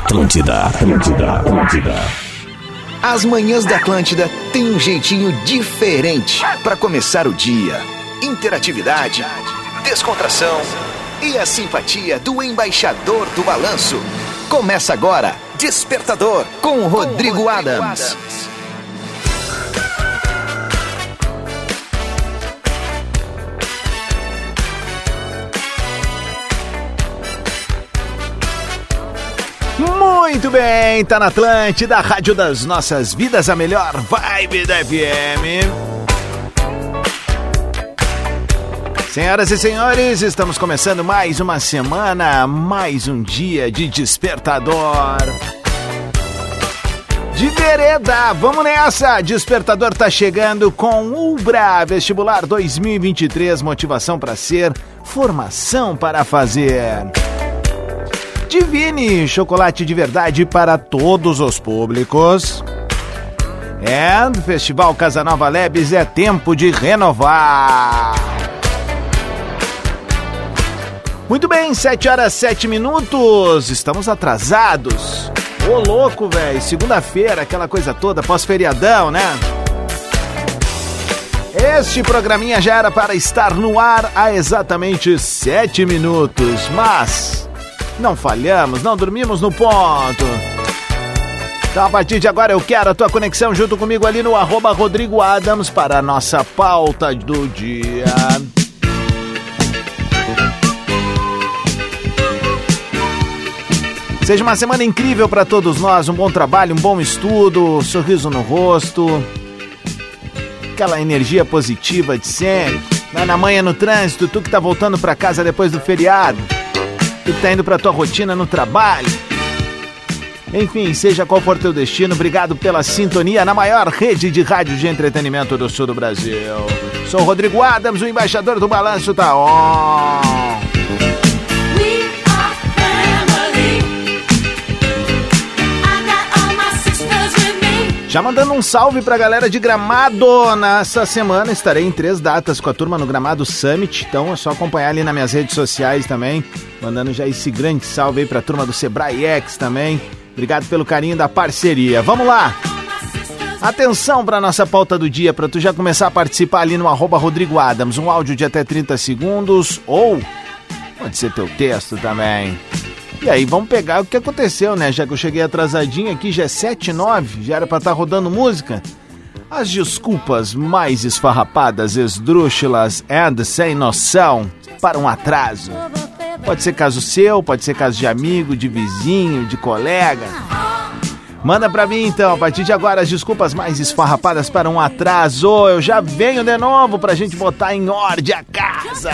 Atlântida. As manhãs da Atlântida têm um jeitinho diferente para começar o dia. Interatividade, descontração e a simpatia do embaixador do balanço. Começa agora, Despertador, com Rodrigo Adams. Muito bem, tá na Atlântida, a rádio das nossas vidas, a melhor vibe da FM. Senhoras e senhores, estamos começando mais uma semana, mais um dia de Despertador. De vereda, vamos nessa! Despertador tá chegando com Ubra Vestibular 2023, motivação para ser, formação para fazer. Divine, chocolate de verdade para todos os públicos. And Festival Casanova Labs, é tempo de renovar. Muito bem, 7h07, estamos atrasados. Ô louco, velho, segunda-feira, aquela coisa toda, pós-feriadão, né? Este programinha já era para estar no ar há exatamente 7 minutos, mas não falhamos, não dormimos no ponto. Então, a partir de agora, eu quero a tua conexão junto comigo ali no @Rodrigo Adams para a nossa pauta do dia. Seja uma semana incrível para todos nós, um bom trabalho, um bom estudo, sorriso no rosto, aquela energia positiva de sempre. Vai na manhã no trânsito, tu que tá voltando para casa depois do feriado. Tu que tá indo pra tua rotina no trabalho. Enfim, seja qual for teu destino, obrigado pela sintonia na maior rede de rádio de entretenimento do sul do Brasil. Sou o Rodrigo Adams, o embaixador do balanço tá on. Já mandando um salve pra galera de Gramado. Nessa semana estarei em 3 datas com a turma no Gramado Summit, então é só acompanhar ali nas minhas redes sociais também, mandando já esse grande salve aí pra turma do Sebrae X também. Obrigado pelo carinho da parceria. Vamos lá! Atenção pra nossa pauta do dia, pra tu já começar a participar ali no @Rodrigo Adams, um áudio de até 30 segundos, ou pode ser teu texto também. E aí, vamos pegar o que aconteceu, né? Já que eu cheguei atrasadinho aqui, já é 7h09, já era pra estar rodando música. As desculpas mais esfarrapadas, esdrúxulas e sem noção para um atraso. Pode ser caso seu, pode ser caso de amigo, de vizinho, de colega. Manda pra mim então, a partir de agora, as desculpas mais esfarrapadas para um atraso. Eu já venho de novo pra gente botar em ordem a casa.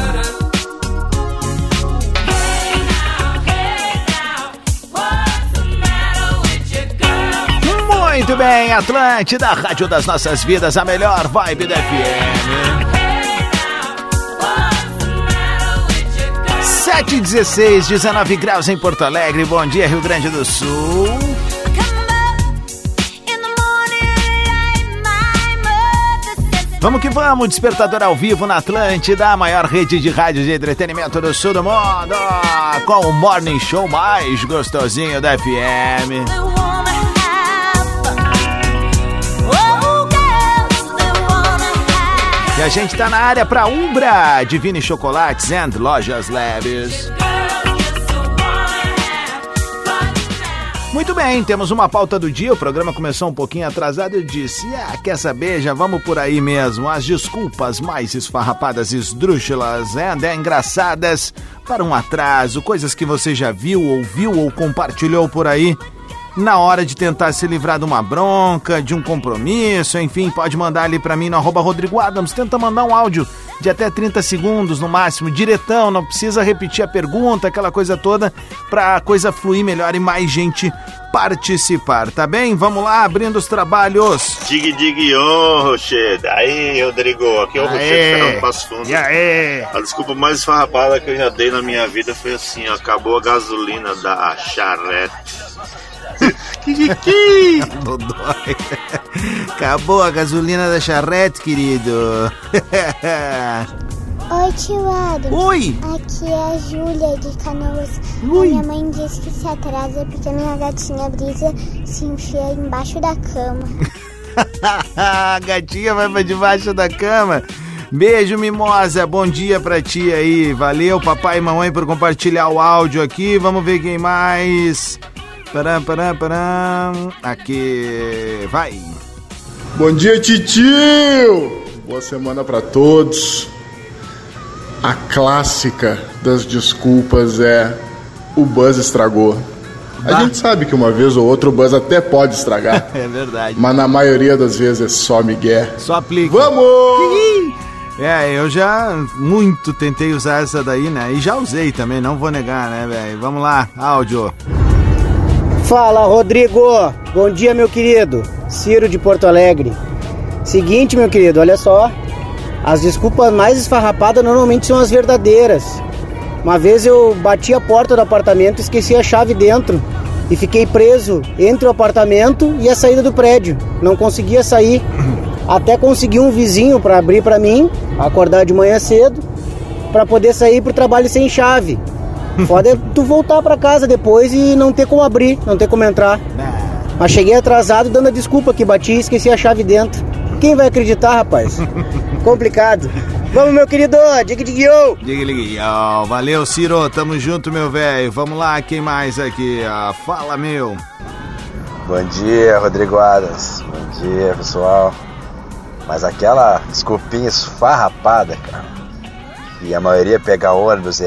Muito bem, Atlântida, a rádio das nossas vidas, a melhor vibe da FM. 7h16, 19 graus em Porto Alegre. Bom dia, Rio Grande do Sul. Vamos que vamos, Despertador ao vivo na Atlântida, a maior rede de rádio de entretenimento do sul do mundo, com o morning show mais gostosinho da FM. E a gente tá na área pra Ubra, Divine Chocolates and Lojas Labs. Muito bem, temos uma pauta do dia, o programa começou um pouquinho atrasado, eu disse, quer saber, já vamos por aí mesmo, as desculpas mais esfarrapadas, esdrúxulas e engraçadas para um atraso, coisas que você já viu, ouviu ou compartilhou por aí, na hora de tentar se livrar de uma bronca, de um compromisso, enfim, pode mandar ali pra mim no @Rodrigo Adams, tenta mandar um áudio de até 30 segundos no máximo, diretão, não precisa repetir a pergunta, aquela coisa toda, pra coisa fluir melhor e mais gente participar, tá bem? Vamos lá, abrindo os trabalhos. Dig, Rocheda. Aí, Rodrigo, aqui é o Rocheda, do Passo Fundo. E aí? A desculpa mais esfarrapada que eu já dei na minha vida foi assim, ó, acabou a gasolina da charrete. Dodói. Acabou a gasolina da charrete, querido. Oi, tio Adams. Oi. Aqui é a Júlia de Canoas. Oi. A minha mãe disse que se atrasa porque a minha gatinha Brisa se enfia embaixo da cama. A gatinha vai pra debaixo da cama. Beijo, Mimosa, bom dia pra ti aí. Valeu, papai e mamãe, por compartilhar o áudio aqui. Vamos ver quem mais. Param. Aqui, vai. Bom dia, titio. Boa semana pra todos. A clássica das desculpas é: o Buzz estragou. A gente sabe que uma vez ou outra o Buzz até pode estragar. É verdade. Mas na maioria das vezes é só migué. Só aplica. Vamos! Eu já muito tentei usar essa daí, né? E já usei também, não vou negar, né, velho? Vamos lá, áudio. Fala, Rodrigo. Bom dia, meu querido. Ciro de Porto Alegre. Seguinte, meu querido, olha só. As desculpas mais esfarrapadas normalmente são as verdadeiras. Uma vez eu bati a porta do apartamento e esqueci a chave dentro. E fiquei preso entre o apartamento e a saída do prédio. Não conseguia sair. Até consegui um vizinho para abrir para mim, acordar de manhã cedo, para poder sair pro trabalho sem chave. Foda é tu voltar para casa depois e não ter como abrir, não ter como entrar. Mas cheguei atrasado dando a desculpa que bati e esqueci a chave dentro. Quem vai acreditar, rapaz? Complicado. Vamos, meu querido, diga-diga-yo. Diga-diga-yo. Valeu, Ciro, tamo junto, meu velho. Vamos lá, quem mais aqui? Fala, meu. Bom dia, Rodrigo Adams. Bom dia, pessoal. Mas aquela desculpinha esfarrapada, cara, e a maioria pegar ônibus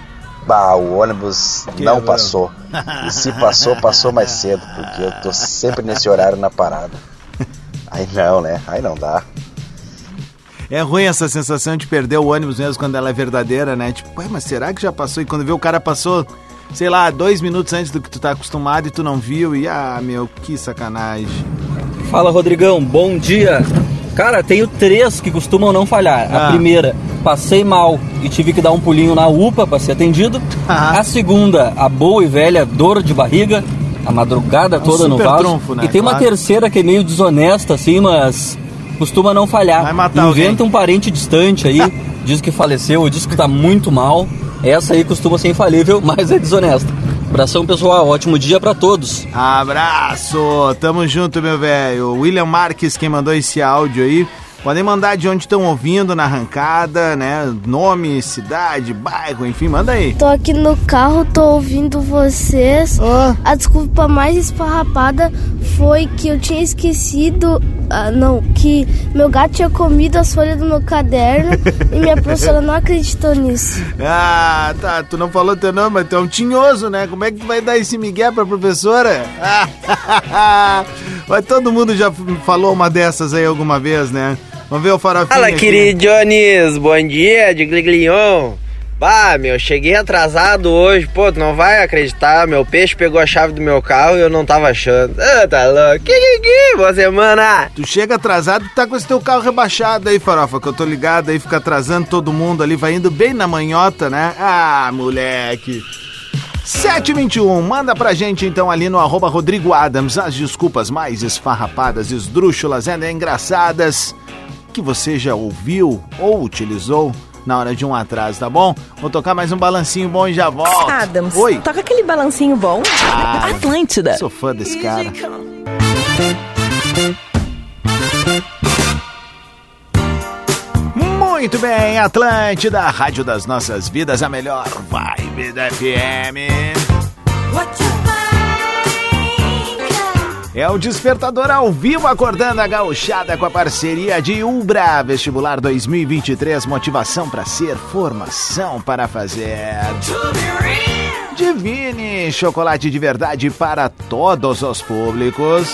o ônibus não passou. E se passou, passou mais cedo, porque eu tô sempre nesse horário na parada. Aí não, né? Aí não dá. É ruim essa sensação de perder o ônibus mesmo quando ela é verdadeira, né? Tipo, mas será que já passou? E quando vê o cara passou, sei lá, 2 minutos antes do que tu tá acostumado e tu não viu. E meu, que sacanagem. Fala, Rodrigão, bom dia. Cara, tenho 3 que costumam não falhar. A primeira, passei mal e tive que dar um pulinho na UPA para ser atendido. A segunda, a boa e velha dor de barriga, a madrugada toda no vaso. Trunfo, né? E tem uma terceira que é meio desonesta, assim, mas costuma não falhar. Vai matar Inventa um parente distante aí, diz que faleceu, diz que tá muito mal. Essa aí costuma ser infalível, mas é desonesta. Abração, pessoal, ótimo dia pra todos. Abraço, tamo junto, meu velho. William Marques, quem mandou esse áudio aí. Podem mandar de onde estão ouvindo na arrancada, né? Nome, cidade, bairro, enfim, manda aí. Tô aqui no carro, tô ouvindo vocês. A desculpa mais esfarrapada foi que eu tinha esquecido, que meu gato tinha comido as folhas do meu caderno e minha professora não acreditou nisso. Tá, tu não falou teu nome, mas tu é um tinhoso, né? Como é que tu vai dar esse migué pra professora? Mas todo mundo já falou uma dessas aí alguma vez, né? Vamos ver o farofinho. Fala, querido Jones, bom dia, de Gliglion. Meu, cheguei atrasado hoje, pô, tu não vai acreditar, meu peixe pegou a chave do meu carro e eu não tava achando. Tá louco, boa semana. Tu chega atrasado, tu tá com esse teu carro rebaixado aí, farofa, que eu tô ligado aí, fica atrasando todo mundo ali, vai indo bem na manhota, né? Moleque. 7h21, manda pra gente então ali no @Rodrigo Adams as desculpas mais esfarrapadas, esdrúxulas e engraçadas que você já ouviu ou utilizou na hora de um atraso, tá bom? Vou tocar mais um balancinho bom e já volto. Adams, oi, toca aquele balancinho bom. Atlântida. Sou fã desse cara. Muito bem, Atlântida, a rádio das nossas vidas, a melhor vibe da FM. É o Despertador ao vivo, acordando a gauchada com a parceria de Ubra. Vestibular 2023, motivação para ser, formação para fazer. Divine, chocolate de verdade para todos os públicos.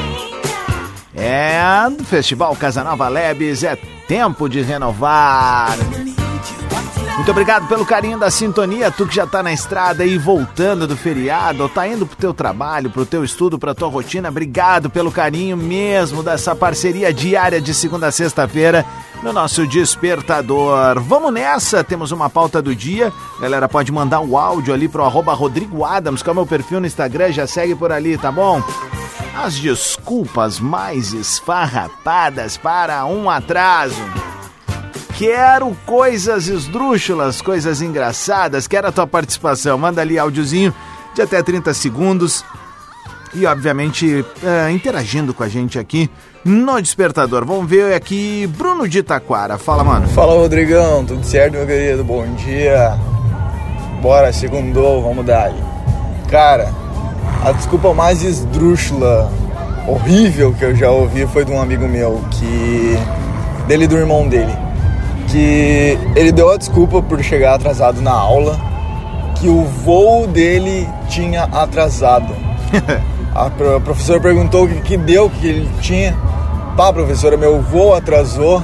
Festival Casanova Labs, é tempo de renovar. Muito obrigado pelo carinho da sintonia, tu que já tá na estrada aí voltando do feriado, ou tá indo pro teu trabalho, pro teu estudo, pra tua rotina, obrigado pelo carinho mesmo dessa parceria diária de segunda a sexta-feira no nosso Despertador. Vamos nessa, temos uma pauta do dia, galera pode mandar um áudio ali pro @Rodrigo Adams, que é o meu perfil no Instagram, já segue por ali, tá bom? As desculpas mais esfarrapadas para um atraso. Quero coisas esdrúxulas, coisas engraçadas. Quero a tua participação. Manda ali áudiozinho de até 30 segundos. E, obviamente, interagindo com a gente aqui no Despertador. Vamos ver aqui, Bruno de Taquara. Fala, mano. Fala, Rodrigão. Tudo certo, meu querido? Bom dia. Bora, segundou, vamos dar. Cara, a desculpa mais esdrúxula, horrível que eu já ouvi foi de um amigo meu, dele e do irmão dele. Que ele deu a desculpa por chegar atrasado na aula, que o voo dele tinha atrasado. A professora perguntou o que deu, que ele tinha. Pá, professora, meu voo atrasou.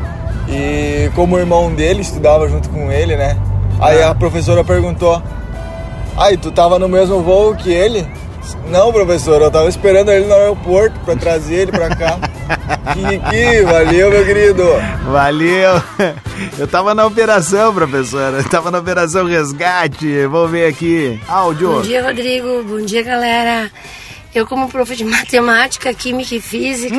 E como o irmão dele estudava junto com ele, né? Aí a professora perguntou: aí, tu tava no mesmo voo que ele? Não, professora, eu tava esperando ele no aeroporto pra trazer ele pra cá. Valeu, meu querido. Valeu. Eu tava na operação, professora. Eu tava na operação resgate. Vamos ver aqui. Áudio. Bom dia, Rodrigo. Bom dia, galera. Eu, como prof de matemática, química e física,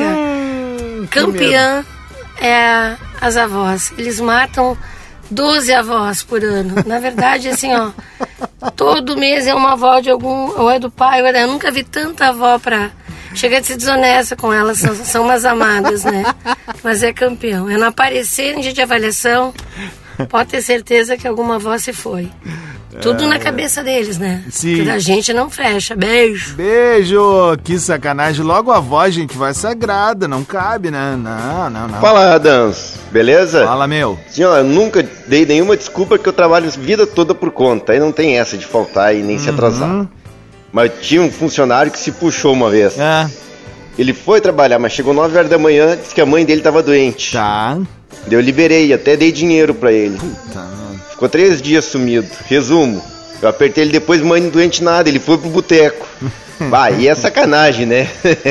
campeã é as avós. Eles matam 12 avós por ano. Na verdade, assim, ó, todo mês é uma avó de algum, ou é do pai, ou é, eu nunca vi tanta avó pra... Chega a ser desonesta com elas, são umas amadas, né? Mas é campeão. É não aparecer em dia de avaliação, pode ter certeza que alguma avó se foi. Tudo na cabeça deles, né? Sim. Porque a gente não fecha. Beijo. Beijo. Que sacanagem. Logo a voz, gente, vai sagrada. Não cabe, né? Não. Fala, Adams. Beleza? Fala, meu. Sim, ó, eu nunca dei nenhuma desculpa que eu trabalho a vida toda por conta. Aí não tem essa de faltar e nem se atrasar. Mas tinha um funcionário que se puxou uma vez. Ele foi trabalhar, mas chegou 9 horas da manhã, disse que a mãe dele tava doente. Tá. Eu liberei, até dei dinheiro pra ele. Ficou 3 dias sumido. Resumo, eu apertei ele depois, mãe doente nada, ele foi pro boteco. Vai, e é sacanagem, né?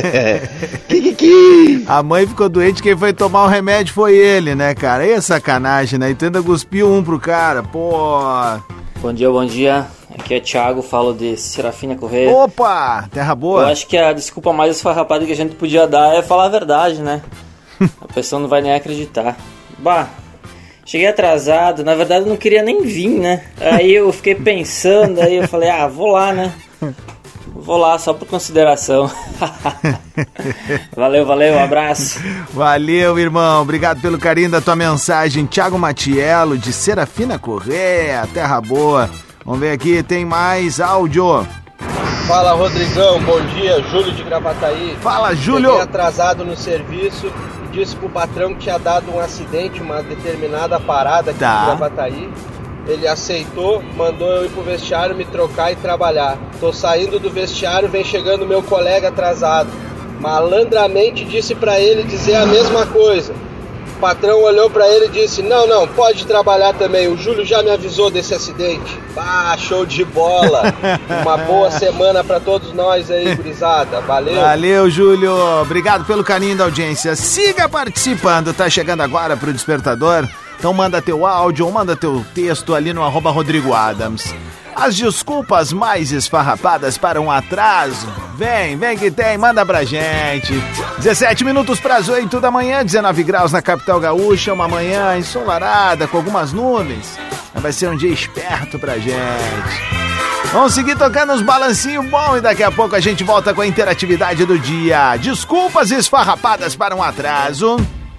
A mãe ficou doente, quem foi tomar o remédio foi ele, né, cara? E é sacanagem, né? E tu ainda cuspiu um pro cara, pô. Bom dia. Aqui é Thiago, falo de Serafina Correia. Opa, terra boa. Eu acho que a desculpa mais esfarrapada que a gente podia dar é falar a verdade, né? A pessoa não vai nem acreditar. Cheguei atrasado, na verdade eu não queria nem vir, né? Aí eu fiquei pensando, aí eu falei, vou lá, né? Vou lá só por consideração. Valeu, um abraço. Valeu, irmão, obrigado pelo carinho da tua mensagem. Thiago Matiello, de Serafina Correia, terra boa. Vamos ver aqui, tem mais áudio. Fala, Rodrigão, bom dia, Júlio de Gravataí. Fala, Júlio. Cheguei atrasado no serviço e disse pro patrão que tinha dado um acidente, uma determinada parada aqui em Gravataí. Ele aceitou, mandou eu ir pro vestiário, me trocar e trabalhar. Tô saindo do vestiário, vem chegando meu colega atrasado. Malandramente disse pra ele dizer a mesma coisa. O patrão olhou pra ele e disse, não, pode trabalhar também, o Júlio já me avisou desse acidente. Show de bola. Uma boa semana pra todos nós aí, gurizada. Valeu, Júlio. Obrigado pelo carinho da audiência. Siga participando, tá chegando agora pro Despertador. Então manda teu áudio ou manda teu texto ali no @RodrigoAdams. As desculpas mais esfarrapadas para um atraso. Vem que tem, manda pra gente. 17 minutos para as 8 da manhã, 19 graus na capital gaúcha, uma manhã ensolarada com algumas nuvens. Vai ser um dia esperto pra gente. Vamos seguir tocando uns balancinhos bons e daqui a pouco a gente volta com a interatividade do dia. Desculpas esfarrapadas para um atraso.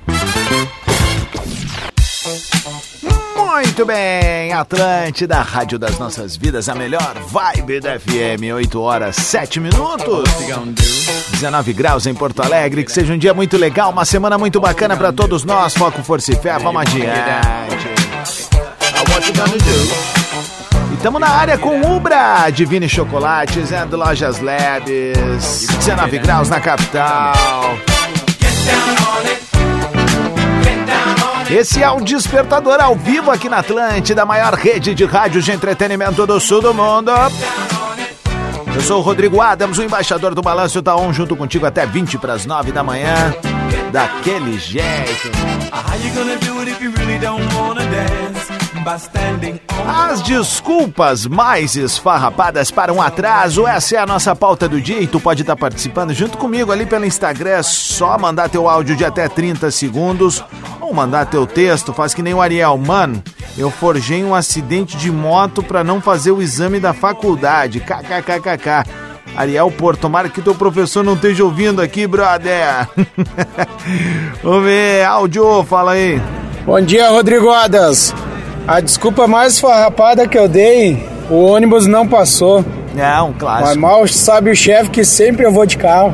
Muito bem, Atlântida, Rádio das Nossas Vidas, a melhor vibe da FM, 8 horas, 7 minutos, 19 graus em Porto Alegre, que seja um dia muito legal, uma semana muito bacana pra todos nós, foco, força e fé, vamos adiante. E estamos na área com Ubra, Divine Chocolates e Lojas Labs, 19 graus na capital. Esse é o Despertador ao vivo aqui na Atlântida, a maior rede de rádios de entretenimento do sul do mundo. Eu sou o Rodrigo Adams, o embaixador do Balanço tá on, junto contigo até 20 para as 9 da manhã. Daquele jeito. As desculpas mais esfarrapadas para um atraso, essa é a nossa pauta do dia e tu pode estar participando junto comigo ali pelo Instagram, é só mandar teu áudio de até 30 segundos ou Vou mandar teu texto, faz que nem o Ariel. Mano, eu forjei um acidente de moto pra não fazer o exame da faculdade. KKKKK. Ariel, pô, tomara que teu professor não esteja ouvindo aqui, brother. Vamos ver, áudio, fala aí. Bom dia, Rodrigo Adas. A desculpa mais farrapada que eu dei, o ônibus não passou. É, um clássico. Mas mal sabe o chefe que sempre eu vou de carro.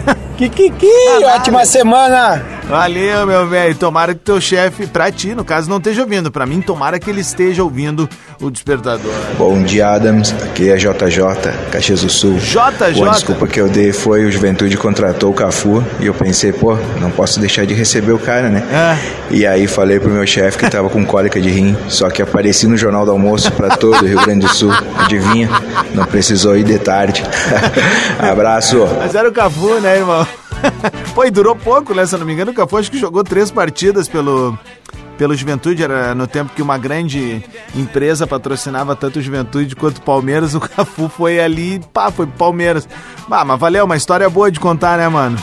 Ótima semana! Valeu, meu velho. Tomara que teu chefe, pra ti, no caso, não esteja ouvindo. Pra mim, tomara que ele esteja ouvindo o despertador. Bom dia, Adams. Aqui é JJ, Caxias do Sul. JJ? A desculpa que eu dei foi o Juventude contratou o Cafu e eu pensei, pô, não posso deixar de receber o cara, né? E aí falei pro meu chefe que tava com cólica de rim, só que apareci no Jornal do Almoço pra todo o Rio Grande do Sul. Adivinha? Não precisou ir de tarde. Abraço. Mas era o Cafu, né, irmão? Pô, e durou pouco, né? Se eu não me engano, o Cafu acho que jogou 3 partidas pelo Juventude. Era no tempo que uma grande empresa patrocinava tanto o Juventude quanto o Palmeiras. O Cafu foi ali, foi pro Palmeiras. Mas valeu, uma história boa de contar, né, mano?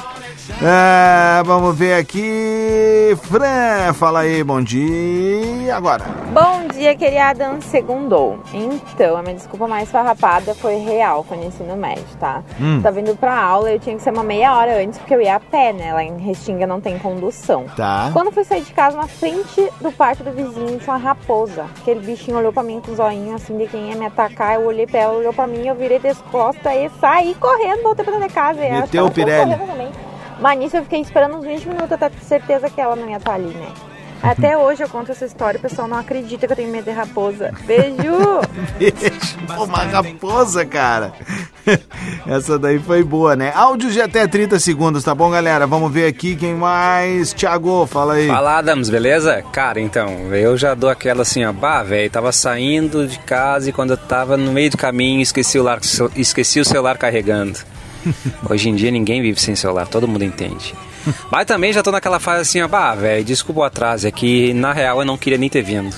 Vamos ver aqui. Fran, fala aí, bom dia. Agora. Bom dia, querida. Segundou. Então, a minha desculpa mais farrapada foi real, foi no ensino médio, tá? Tava indo pra aula, eu tinha que ser uma meia hora antes, porque eu ia a pé, né? Lá em Restinga não tem condução. Tá. Quando eu fui sair de casa, na frente do pátio do vizinho tinha uma raposa. Aquele bichinho olhou pra mim com os olhinhos assim de quem ia me atacar. Eu olhei pra ela, olhou pra mim, eu virei das costas e saí correndo, voltei pra dentro de casa. Meteu o Pirelli. Mas nisso eu fiquei esperando uns 20 minutos até ter certeza que ela não ia estar ali, né? Até hoje eu conto essa história e o pessoal não acredita que eu tenho medo de raposa. Beijo! Beijo! Uma raposa, cara! Essa daí foi boa, né? Áudios de até 30 segundos, tá bom, galera? Vamos ver aqui quem mais. Thiago, fala aí. Fala, Adams, beleza? Cara, então, eu já dou aquela assim, ó, velho, tava saindo de casa e quando eu tava no meio do caminho esqueci o celular carregando. Hoje em dia ninguém vive sem celular, todo mundo entende. Mas também já tô naquela fase assim, ó, velho, desculpa o atraso, é que na real eu não queria nem ter vindo.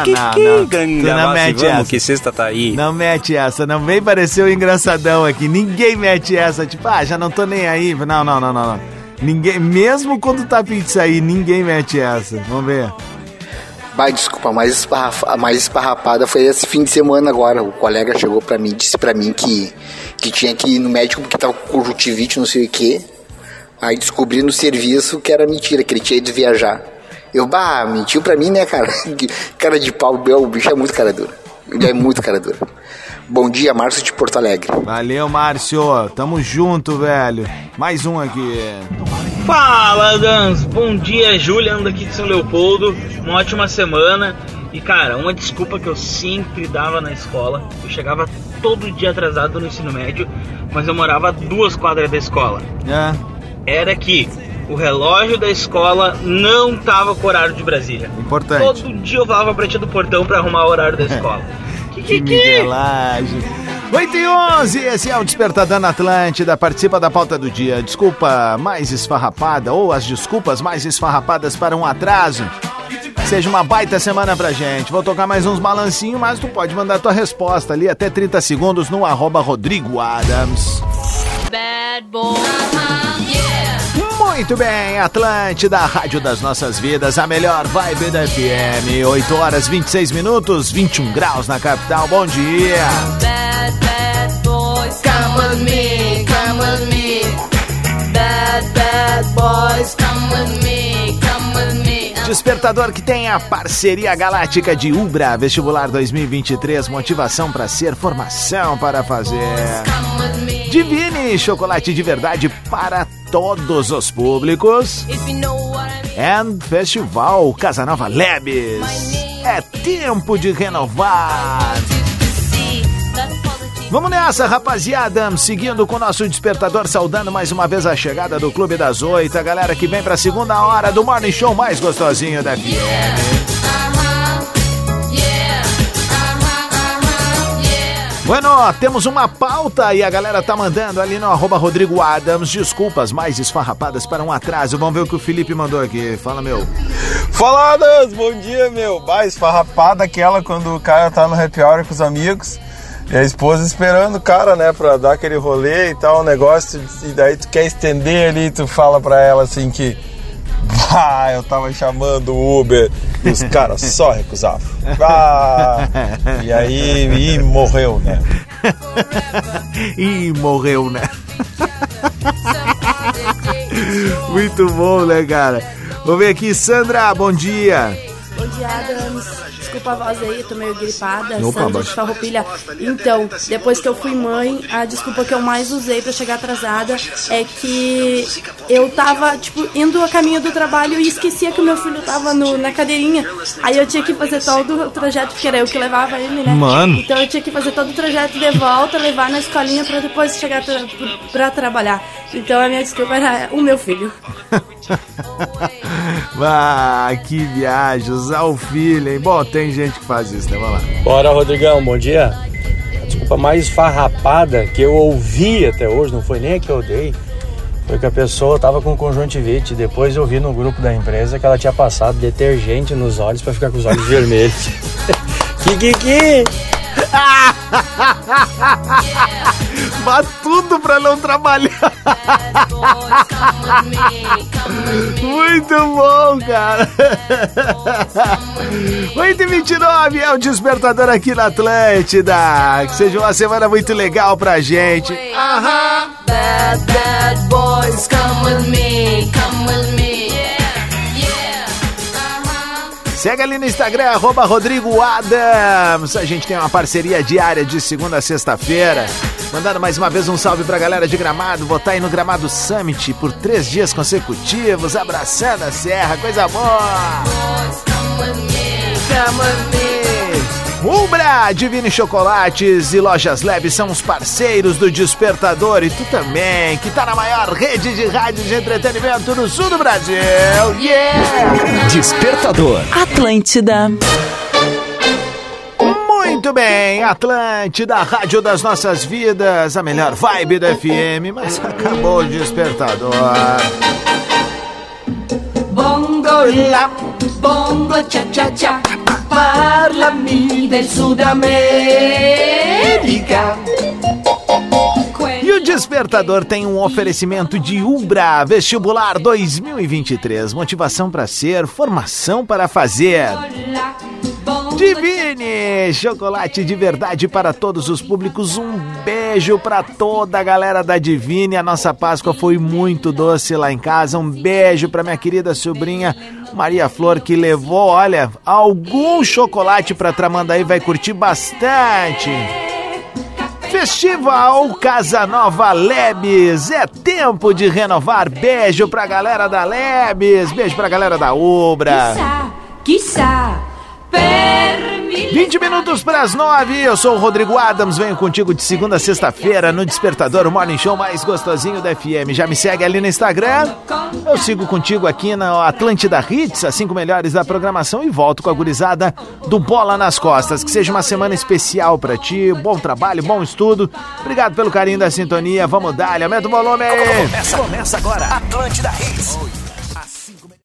Não mete essa. Que sexta tá aí. Não mete essa, não vem parecer um engraçadão aqui. Ninguém mete essa, tipo, já não tô nem aí. Não. Ninguém, mesmo quando tá afim de sair, ninguém mete essa. Vamos ver. Desculpa, a mais esparrapada foi esse fim de semana agora. O colega chegou pra mim, disse pra mim que tinha que ir no médico porque tava com conjuntivite, não sei o quê. Aí descobri no serviço que era mentira, que ele tinha ido viajar. Eu, mentiu pra mim, né, cara? Cara de pau, o bicho é muito cara dura. Ele é muito cara dura. Bom dia, Márcio de Porto Alegre. Valeu, Márcio. Tamo junto, velho. Mais um aqui. Fala, Adams. Bom dia, Juliano daqui de São Leopoldo. Uma ótima semana. E, cara, uma desculpa que eu sempre dava na escola. Eu chegava todo dia atrasado no ensino médio, mas eu morava a 2 quadras da escola. Era que o relógio da escola não tava com o horário de Brasília. Importante. Todo dia eu falava pra tia do portão pra arrumar o horário da escola. Que miguelagem. 8h11, esse é o Despertador na Atlântida. Participa da pauta do dia. Desculpa mais esfarrapada ou as desculpas mais esfarrapadas para um atraso. Seja uma baita semana pra gente. Vou tocar mais uns balancinhos, mas tu pode mandar tua resposta ali até 30 segundos no @RodrigoAdams. Bad boy. Muito bem, Atlântida, a rádio das nossas vidas, a melhor vibe da FM. 8h26, 21 graus na capital. Bom dia. Bad boys, come with me, come with me. Bad boys, come with me, come with me. Despertador que tem a parceria galáctica de Ubra, vestibular 2023, motivação para ser, formação para fazer. Divine, chocolate de verdade para todos os públicos. And Festival Casanova Labs. É tempo de renovar. Vamos nessa, rapaziada, seguindo com o nosso despertador, saudando mais uma vez a chegada do Clube das 8, a galera que vem pra segunda hora do Morning Show mais gostosinho da FM. Bueno, temos uma pauta e a galera tá mandando ali no @RodrigoAdams desculpas mais esfarrapadas para um atraso. Vamos ver o que o Felipe mandou aqui. Fala, meu. Fala, Adams, bom dia, meu. Esfarrapada aquela quando o cara tá no happy hour com os amigos e a esposa esperando o cara, né, pra dar aquele rolê e tal, o negócio, e daí tu quer estender ali e tu fala pra ela assim que Bah, eu tava chamando o Uber e os caras só recusavam. E aí, morreu, né? Morreu, né? Muito bom, né, cara? Vamos ver aqui, Sandra, bom dia. Bom dia, Adams. Desculpa a voz aí, eu tô meio gripada. Opa, Sandra de Farroupilha. Então, depois que eu fui mãe, a desculpa que eu mais usei pra chegar atrasada é que eu tava, indo a caminho do trabalho e esquecia que o meu filho tava na cadeirinha. Aí eu tinha que fazer todo o trajeto, porque era eu que levava ele, né? Mano. Então eu tinha que fazer todo o trajeto de volta, levar na escolinha pra depois chegar pra trabalhar. Então a minha desculpa era o meu filho. Que viagem, usar o filho, hein? Bom, tem gente que faz isso, né? Vamos lá. Bora, Rodrigão, bom dia. A desculpa mais farrapada que eu ouvi até hoje, não foi nem a que eu dei, foi que a pessoa tava com conjuntivite. Depois eu vi no grupo da empresa que ela tinha passado detergente nos olhos pra ficar com os olhos vermelhos. Que? Vá tudo pra não trabalhar. Muito bom, cara. 8h29 é o Despertador aqui na Atlântida. Que seja uma semana muito legal pra gente. Bad, bad boys, come with me, come with me. Segue ali no Instagram, @RodrigoAdams. A gente tem uma parceria diária de segunda a sexta-feira. Mandando mais uma vez um salve pra galera de Gramado. Vou estar aí no Gramado Summit por 3 dias consecutivos, abraçando a serra, coisa boa. Umbra, Divine Chocolates e Lojas Lab são os parceiros do Despertador. E tu também, que tá na maior rede de rádio de entretenimento do sul do Brasil. Yeah! Despertador Atlântida. Muito bem, Atlântida, a rádio das nossas vidas, a melhor vibe da FM, mas acabou o Despertador. Bongo la, bongo cha cha cha, parlami del Sud América. E o Despertador tem um oferecimento de Umbra, Vestibular 2023, motivação para ser, formação para fazer. Divine, chocolate de verdade para todos os públicos. Um beijo para toda a galera da Divine. A nossa Páscoa foi muito doce lá em casa. Um beijo para minha querida sobrinha Maria Flor, que levou, olha, algum chocolate para Tramandaí, vai curtir bastante. Festival Casa Nova Lebes, é tempo de renovar. Beijo pra galera da Lebes, beijo pra galera da Ubra. Quizá 20 minutos para as 9, eu sou o Rodrigo Adams, venho contigo de segunda a sexta-feira no Despertador, o morning show mais gostosinho da FM. Já me segue ali no Instagram, eu sigo contigo aqui na Atlântida Hits, as 5 melhores da programação, e volto com a gurizada do Bola nas Costas. Que seja uma semana especial para ti, bom trabalho, bom estudo, obrigado pelo carinho da sintonia, vamos dar, aumenta o volume aí. Começa agora, Atlântida Hits.